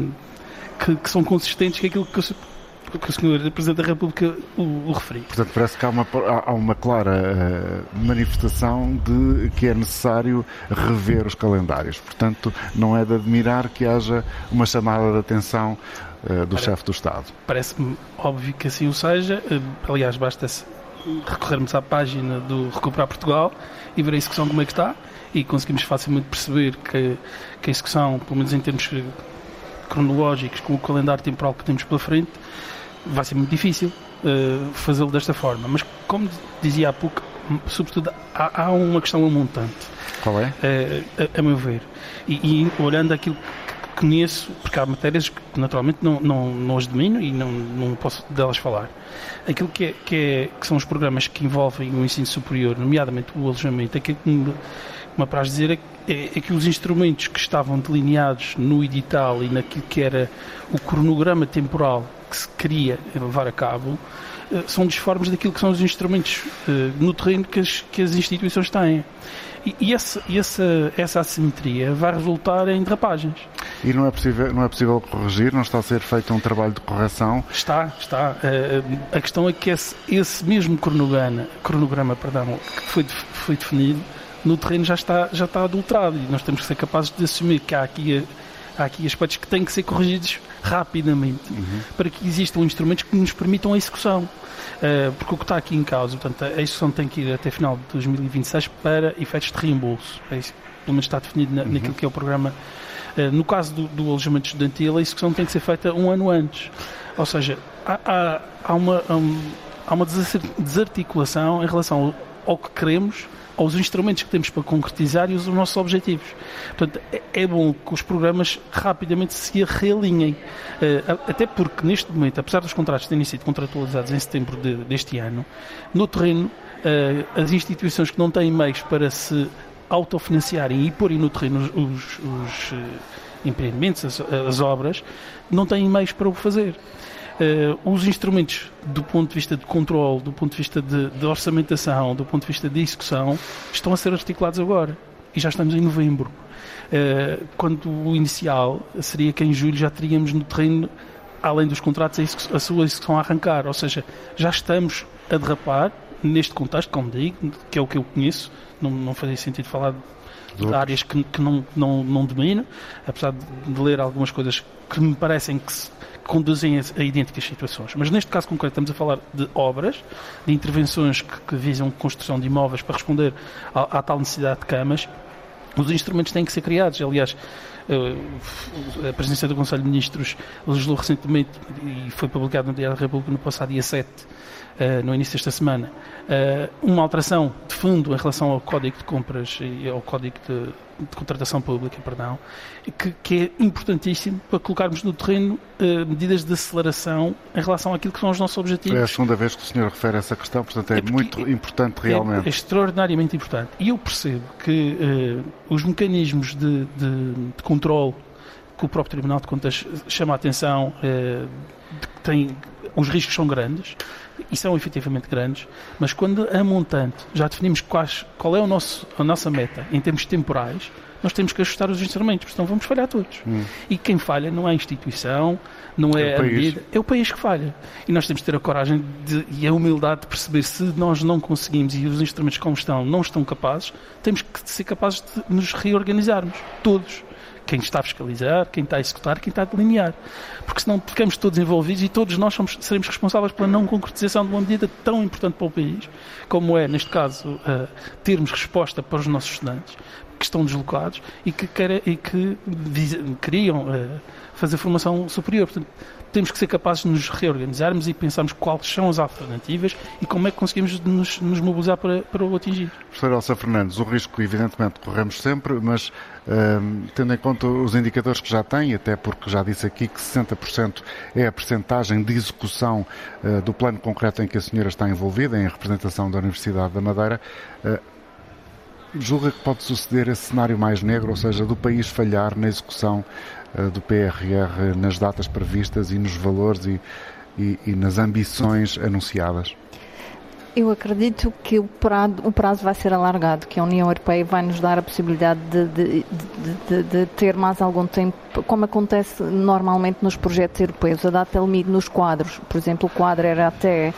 que são consistentes com aquilo que o Sr. Presidente da República o referiu. Portanto, parece que há uma clara manifestação de que é necessário rever os calendários. Portanto, não é de admirar que haja uma chamada de atenção do chefe do Estado. Parece-me óbvio que assim o seja. Aliás, basta recorrermos à página do Recuperar Portugal e ver a execução como é que está, e conseguimos facilmente perceber que a execução, pelo menos em termos cronológicos, com o calendário temporal que temos pela frente, vai ser muito difícil fazê-lo desta forma. Mas, como dizia há pouco, sobretudo há uma questão amontante. Qual é? A meu ver. E olhando aquilo que conheço, porque há matérias que naturalmente não as domino e não posso delas falar. Aquilo que são os programas que envolvem o ensino superior, nomeadamente o alojamento, aquilo que me apraz dizer é que os instrumentos que estavam delineados no edital e naquilo que era o cronograma temporal que se queria levar a cabo são disformes daquilo que são os instrumentos no terreno que as instituições têm. E essa assimetria vai resultar em derrapagens. E não é possível corrigir? Não está a ser feito um trabalho de correção? Está. A questão é que esse mesmo cronograma que foi definido, no terreno já está adulterado, e nós temos que ser capazes de assumir que há aqui aspectos que têm que ser corrigidos rapidamente, para que existam instrumentos que nos permitam a execução. Porque o que está aqui em causa, portanto, a execução tem que ir até final de 2026 para efeitos de reembolso. É isso, pelo menos está definido naquilo que é o programa. No caso do alojamento estudantil, a execução tem que ser feita um ano antes. Ou seja, há uma desarticulação em relação ao que queremos, aos instrumentos que temos para concretizar e os nossos objetivos. Portanto, é bom que os programas rapidamente se realinhem. Até porque, neste momento, apesar dos contratos terem sido contratualizados em setembro deste ano, no terreno, as instituições que não têm meios para se autofinanciarem e porem no terreno os empreendimentos, as obras, não têm meios para o fazer. Os instrumentos do ponto de vista de controle, do ponto de vista de orçamentação, do ponto de vista de execução, estão a ser articulados agora. E já estamos em novembro. Quando o inicial seria que em julho já teríamos no terreno, além dos contratos, a sua execução a arrancar. Ou seja, já estamos a derrapar neste contexto, como digo, que é o que eu conheço. Não fazia sentido falar de áreas que não domino, apesar de ler algumas coisas que me parecem que conduzem a idênticas situações. Mas neste caso concreto estamos a falar de obras, de intervenções que visam construção de imóveis para responder à tal necessidade de camas. Os instrumentos têm que ser criados. Aliás, a presidência do Conselho de Ministros legislou recentemente, e foi publicado no Diário da República no passado dia 7, no início desta semana, uma alteração de fundo em relação ao Código de Compras e ao Código de Contratação Pública, que é importantíssimo para colocarmos no terreno medidas de aceleração em relação àquilo que são os nossos objetivos. É a segunda vez que o senhor refere a essa questão, portanto é muito importante realmente. É extraordinariamente importante. E eu percebo que os mecanismos de controle que o próprio Tribunal de Contas chama a atenção, os riscos são grandes, e são efetivamente grandes, mas quando a montante já definimos qual é a nossa meta em termos temporais, nós temos que ajustar os instrumentos, senão vamos falhar todos. E quem falha não é a instituição, não é a medida, é o país que falha. E nós temos que ter a coragem e a humildade de perceber, se nós não conseguimos e os instrumentos como estão não estão capazes, temos que ser capazes de nos reorganizarmos, todos. Quem está a fiscalizar, quem está a executar, quem está a delinear. Porque senão ficamos todos envolvidos e todos nós seremos responsáveis pela não concretização de uma medida tão importante para o país, como é, neste caso, termos resposta para os nossos estudantes que estão deslocados e que queriam fazer formação superior. Portanto, temos que ser capazes de nos reorganizarmos e pensarmos quais são as alternativas e como é que conseguimos nos mobilizar para o atingir. Professor Elsa Fernandes, o risco evidentemente corremos sempre, mas tendo em conta os indicadores que já tem, até porque já disse aqui que 60% é a percentagem de execução do plano concreto em que a senhora está envolvida, em representação da Universidade da Madeira, julga que pode suceder esse cenário mais negro, ou seja, do país falhar na execução do PRR nas datas previstas e nos valores e nas ambições anunciadas? Eu acredito que o prazo vai ser alargado, que a União Europeia vai nos dar a possibilidade de ter mais algum tempo, como acontece normalmente nos projetos europeus. A data limite nos quadros, por exemplo, o quadro era até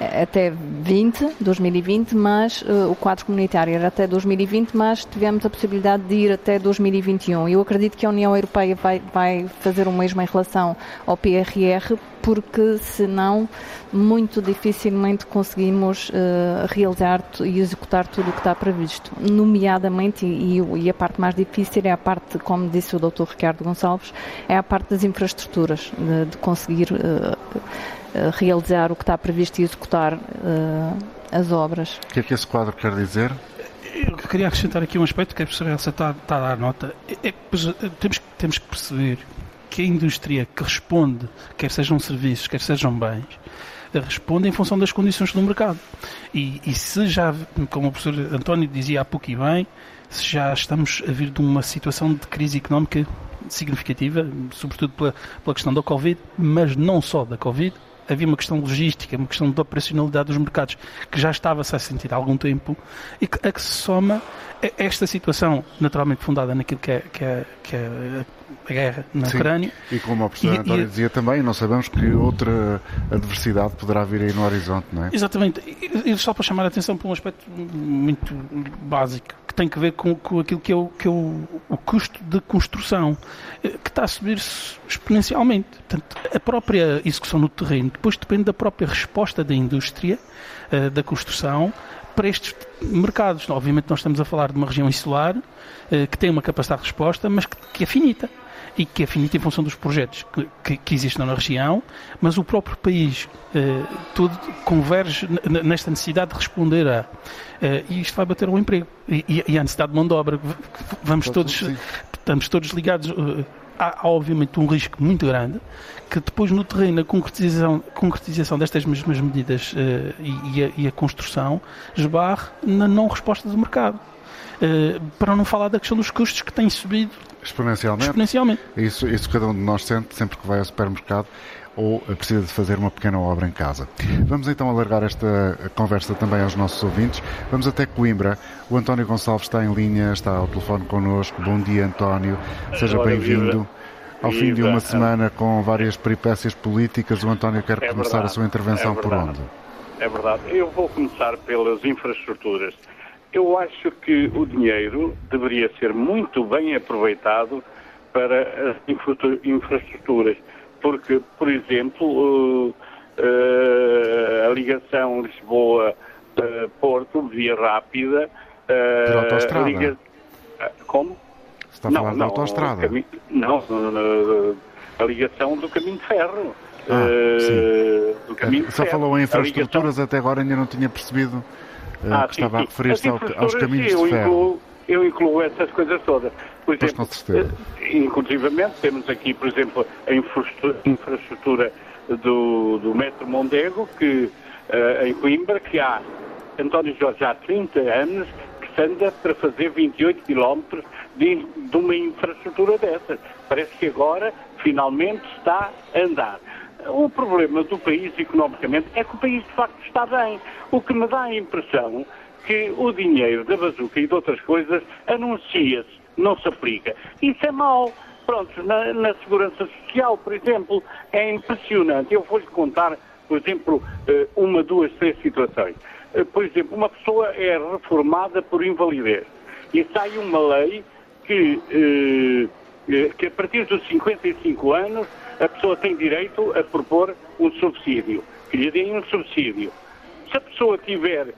2020, mas o quadro comunitário era até 2020, mas tivemos a possibilidade de ir até 2021. Eu acredito que a União Europeia vai fazer o mesmo em relação ao PRR, porque senão muito dificilmente conseguimos realizar e executar tudo o que está previsto. Nomeadamente, e a parte mais difícil é a parte, como disse o Dr. Ricardo Gonçalves, é a parte das infraestruturas, de conseguir realizar o que está previsto e executar as obras. O que é que esse quadro quer dizer? Eu queria acrescentar aqui um aspecto que a professora Elsa está a dar nota. Temos que perceber que a indústria que responde, quer sejam serviços, quer sejam bens, responde em função das condições do mercado. E se já, como o professor António dizia há pouco e bem, se já estamos a vir de uma situação de crise económica significativa, sobretudo pela questão da Covid, mas não só da Covid, havia uma questão logística, uma questão de operacionalidade dos mercados que já estava-se a sentir há algum tempo e a que se soma esta situação naturalmente fundada naquilo que é a guerra na Ucrânia. E como o professor António dizia também, não sabemos que outra adversidade poderá vir aí no horizonte, não é? Exatamente. E só para chamar a atenção para um aspecto muito básico, que tem que ver com aquilo que é o custo de construção, que está a subir exponencialmente. Portanto, a própria execução no terreno depois depende da própria resposta da indústria, da construção, para estes mercados. Obviamente nós estamos a falar de uma região insular que tem uma capacidade de resposta, mas que é finita. E que é finita em função dos projetos que existem na região, mas o próprio país tudo converge nesta necessidade de responder a... e isto vai bater ao emprego. E a necessidade de mão de obra. Estamos todos ligados... Há obviamente um risco muito grande que depois no terreno a concretização destas mesmas medidas e a construção esbarre na não resposta do mercado. Para não falar da questão dos custos que têm subido exponencialmente. Isso cada um de nós sente sempre que vai ao supermercado ou precisa de fazer uma pequena obra em casa. Vamos então alargar esta conversa também aos nossos ouvintes. Vamos até Coimbra. O António Gonçalves está em linha, está ao telefone connosco. Bom dia, António. Seja bem-vindo. Ao fim de uma semana com várias peripécias políticas, o António quer começar a sua intervenção por onde? É verdade. Eu vou começar pelas infraestruturas. Eu acho que o dinheiro deveria ser muito bem aproveitado para as infraestruturas. Porque, por exemplo, a ligação Lisboa-Porto, via rápida... Pela autoestrada? Como? Está a falar da autoestrada? A ligação do caminho de ferro. Do caminho de ferro. Só falou em infraestruturas, até agora ainda não tinha percebido que estava a referir-se aos caminhos de ferro. Eu incluo essas coisas todas. Por exemplo, com certeza. Inclusivamente, temos aqui, por exemplo, a infraestrutura do Metro Mondego, em Coimbra, que há, António Jorge, há 30 anos, que se anda para fazer 28 km de uma infraestrutura dessas. Parece que agora, finalmente, está a andar. O problema do país, economicamente, é que o país, de facto, está bem. O que me dá a impressão que o dinheiro da bazuca e de outras coisas anuncia-se, não se aplica. Isso é mau. Pronto, na segurança social, por exemplo, é impressionante. Eu vou-lhe contar, por exemplo, 1, 2, 3 situações. Por exemplo, uma pessoa é reformada por invalidez e sai uma lei que a partir dos 55 anos a pessoa tem direito a propor um subsídio, que lhe deem um subsídio. Se a pessoa tiver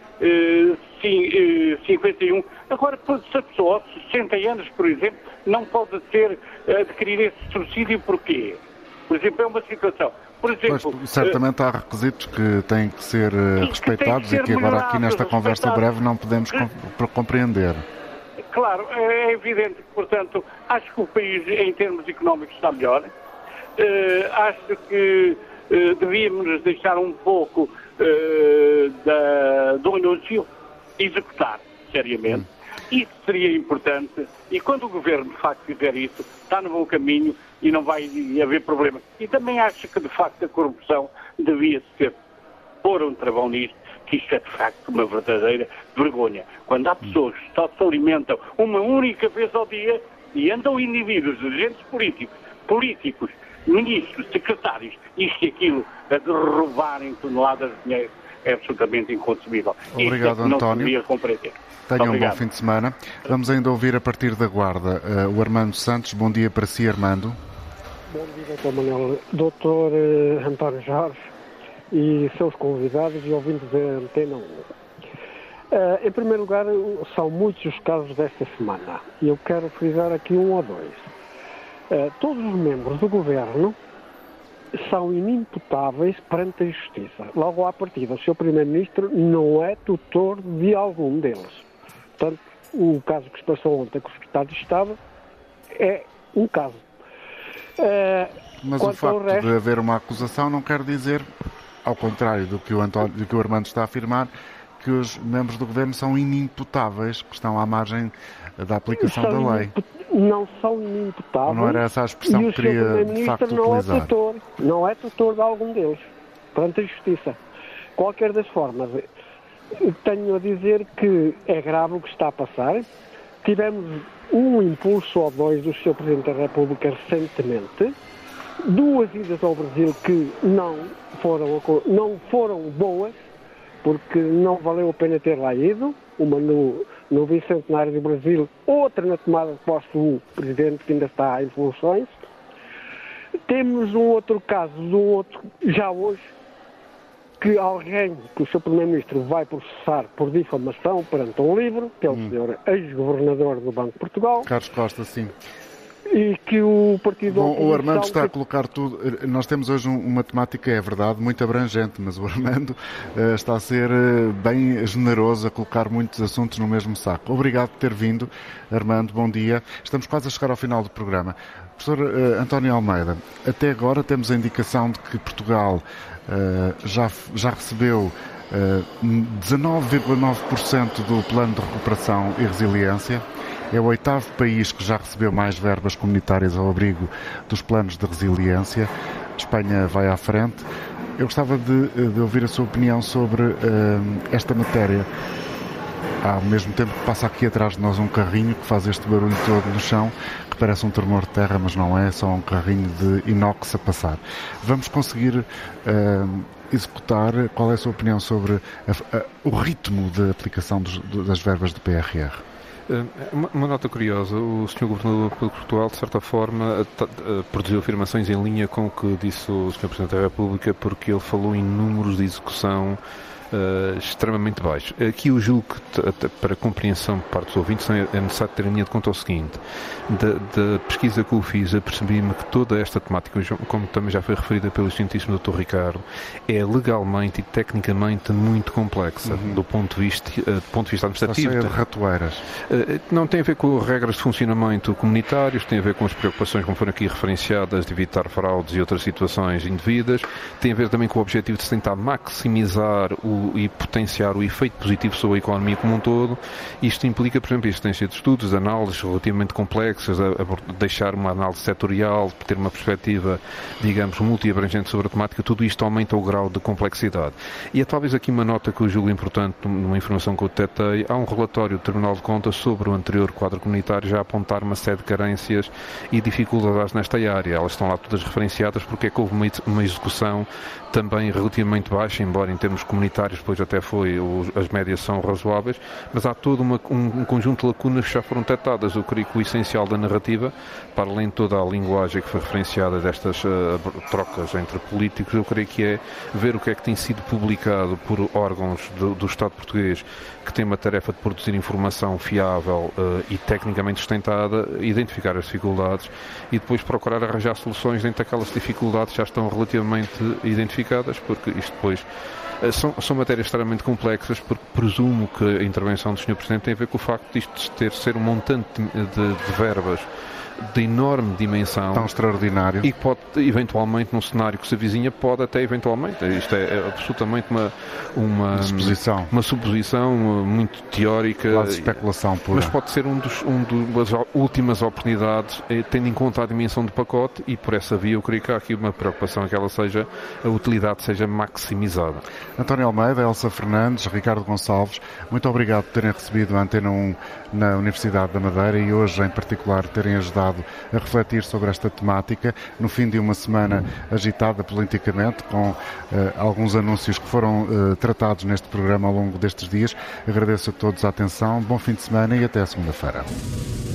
51, agora se a pessoa aos 60 anos, por exemplo, não pode adquirir esse subsídio, porquê? Por exemplo, é uma situação. Por exemplo, pois, certamente há requisitos que têm que ser respeitados e que agora aqui nesta conversa breve não podemos compreender. Claro, é evidente que, portanto, acho que o país em termos económicos está melhor. Acho que devíamos nos deixar um pouco do anúncio executar, seriamente. Isso seria importante e quando o Governo de facto fizer isso, está no bom caminho e não vai haver problema. E também acho que de facto a corrupção devia ser pôr um travão nisto, que isto é de facto uma verdadeira vergonha. Quando há pessoas que só se alimentam uma única vez ao dia e andam indivíduos, dirigentes políticos, ministros, secretários, isto e aquilo, a derrubarem toneladas de dinheiro, é absolutamente inconcebível. Obrigado, isto é que António. Não se devia compreender. Tenha um bom fim de semana. Vamos ainda ouvir a partir da Guarda o Armando Santos. Bom dia para si, Armando. Bom dia, Dr. Manuel. Doutor António Jorge e seus convidados e ouvintes da Antena 1. Em primeiro lugar, são muitos os casos desta semana e eu quero frisar aqui um ou dois. Todos os membros do Governo são inimputáveis perante a Justiça. Logo à partida, o Sr. Primeiro-Ministro não é tutor de algum deles. Portanto, o caso que se passou ontem com o Secretário de Estado é um caso. Mas o facto de haver uma acusação não quer dizer, ao contrário do que o Armando está a afirmar, que os membros do Governo são inimputáveis, que estão à margem da aplicação da lei. Não são inimputáveis. Ou não era essa a expressão que queria, de facto, utilizar? Não é tutor de algum deles, perante a Justiça. Qualquer das formas, tenho a dizer que é grave o que está a passar. Tivemos um impulso ou dois do Sr. Presidente da República recentemente, 2 idas ao Brasil que não foram boas, porque não valeu a pena ter lá ido, uma no bicentenário do Brasil, outra na tomada de posse do Presidente que ainda está em funções. Temos um outro caso, já hoje, que o Sr. Primeiro-Ministro vai processar por difamação perante um livro, que é o Sr. ex-governador do Banco de Portugal. Carlos Costa, sim. E que o partido... Bom, o Armando está a colocar tudo... Nós temos hoje uma temática, é verdade, muito abrangente, mas o Armando está a ser bem generoso a colocar muitos assuntos no mesmo saco. Obrigado por ter vindo, Armando, bom dia. Estamos quase a chegar ao final do programa. Professor António Almeida, até agora temos a indicação de que Portugal já recebeu 19,9% do Plano de Recuperação e Resiliência. É o 8º país que já recebeu mais verbas comunitárias ao abrigo dos planos de resiliência. A Espanha vai à frente. Eu gostava de ouvir a sua opinião sobre esta matéria. Ao mesmo tempo que passa aqui atrás de nós um carrinho que faz este barulho todo no chão, que parece um tremor de terra, mas não é, só um carrinho de inox a passar. Vamos conseguir executar? Qual é a sua opinião sobre o ritmo de aplicação das verbas do PRR? Uma nota curiosa, o Sr. Governador de Portugal, de certa forma, produziu afirmações em linha com o que disse o Sr. Presidente da República, porque ele falou em números de execução extremamente baixos. Aqui eu julgo que, para compreensão por parte dos ouvintes, é necessário ter em linha de conta o seguinte: da pesquisa que eu fiz, apercebi-me que toda esta temática, como também já foi referida pelo excelentíssimo Dr. Ricardo, é legalmente e tecnicamente muito complexa, do ponto de vista administrativo. Está cheia de ratoeiras. Não tem a ver com regras de funcionamento comunitários, tem a ver com as preocupações, como foram aqui referenciadas, de evitar fraudes e outras situações indevidas, tem a ver também com o objetivo de se tentar maximizar e potenciar o efeito positivo sobre a economia como um todo. Isto implica, por exemplo, a existência de estudos, de análises relativamente complexas, deixar uma análise setorial, ter uma perspectiva, digamos, multiabrangente sobre a temática. Tudo isto aumenta o grau de complexidade. E é talvez aqui uma nota que eu julgo importante, numa informação que eu detectei. Há um relatório do Tribunal de Contas sobre o anterior quadro comunitário já a apontar uma série de carências e dificuldades nesta área. Elas estão lá todas referenciadas porque é que houve uma execução também relativamente baixa, embora em termos comunitários depois até as médias são razoáveis, mas há todo um conjunto de lacunas que já foram detectadas. Eu creio que o essencial da narrativa, para além de toda a linguagem que foi referenciada destas trocas entre políticos, eu creio que é ver o que é que tem sido publicado por órgãos do Estado português que têm uma tarefa de produzir informação fiável e tecnicamente sustentada, identificar as dificuldades e depois procurar arranjar soluções dentro daquelas dificuldades que já estão relativamente identificadas, porque isto depois são matérias extremamente complexas, porque presumo que a intervenção do Sr. Presidente tem a ver com o facto de isto ser um montante de verbas de enorme dimensão. Tão extraordinário. E que pode, eventualmente, num cenário que se avizinha, pode até eventualmente. Isto é absolutamente uma suposição muito teórica. Quase especulação pura. Mas pode ser uma das últimas oportunidades, tendo em conta a dimensão do pacote, e por essa via eu creio que há aqui uma preocupação que a utilidade seja maximizada. António Almeida, Elsa Fernandes, Ricardo Gonçalves, muito obrigado por terem recebido a Antena 1 na Universidade da Madeira e hoje, em particular, terem ajudado a refletir sobre esta temática no fim de uma semana agitada politicamente, com alguns anúncios que foram tratados neste programa ao longo destes dias. Agradeço a todos a atenção, bom fim de semana e até segunda-feira.